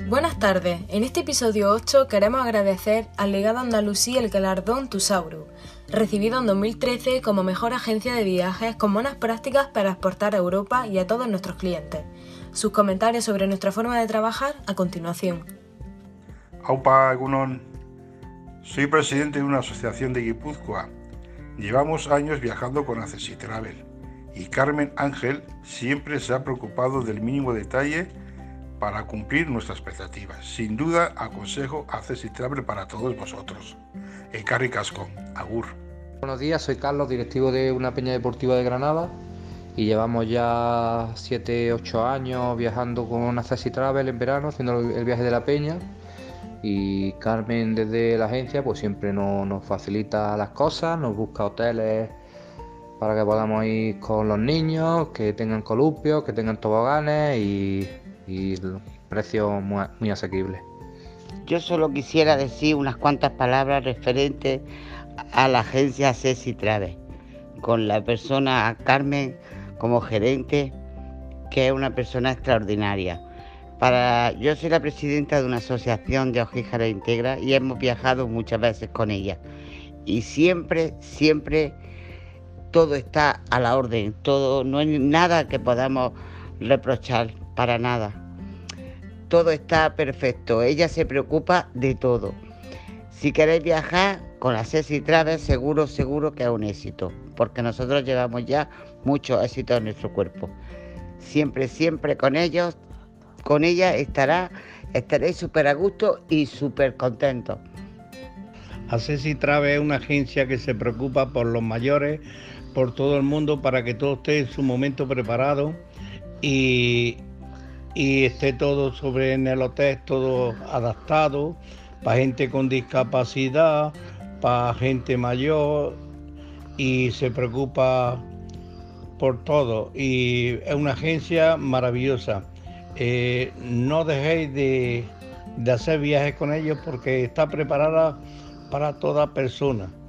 Buenas tardes, en este episodio 8 queremos agradecer al Legado Andalusí el galardón Tusauru, recibido en 2013 como mejor agencia de viajes con buenas prácticas para exportar a Europa y a todos nuestros clientes. Sus comentarios sobre nuestra forma de trabajar a continuación. Aupa Egunon, soy presidente de una asociación de Guipúzcoa. Llevamos años viajando con Accessi Travel y Carmen Ángel siempre se ha preocupado del mínimo detalle para cumplir nuestras expectativas. Sin duda, aconsejo Accessi Travel para todos vosotros. Ekarri Casco, agur. Buenos días, soy Carlos, directivo de una peña deportiva de Granada y llevamos ya 7-8 años viajando con Accessi Travel en verano, haciendo el viaje de la peña, y Carmen desde la agencia pues siempre nos facilita las cosas, nos busca hoteles para que podamos ir con los niños, que tengan columpios, que tengan toboganes y precios muy asequibles. Yo solo quisiera decir unas cuantas palabras referentes a la agencia Accessi Travel, con la persona Carmen como gerente, que es una persona extraordinaria. Yo soy la presidenta de una asociación de Ojíjares Integra y hemos viajado muchas veces con ella. Y siempre todo está a la orden, no hay nada que podamos reprochar, para nada. Todo está perfecto, ella se preocupa de todo. Si queréis viajar con Accessi Travel, seguro que es un éxito, porque nosotros llevamos ya mucho éxito en nuestro cuerpo. Siempre con ellos, con ella estaréis súper a gusto y súper contentos. Accessi Travel es una agencia que se preocupa por los mayores, por todo el mundo, para que todo esté en su momento preparado y esté todo en el hotel, todo adaptado para gente con discapacidad, para gente mayor, y se preocupa por todo. Y es una agencia maravillosa. No dejéis de hacer viajes con ellos porque está preparada para toda persona.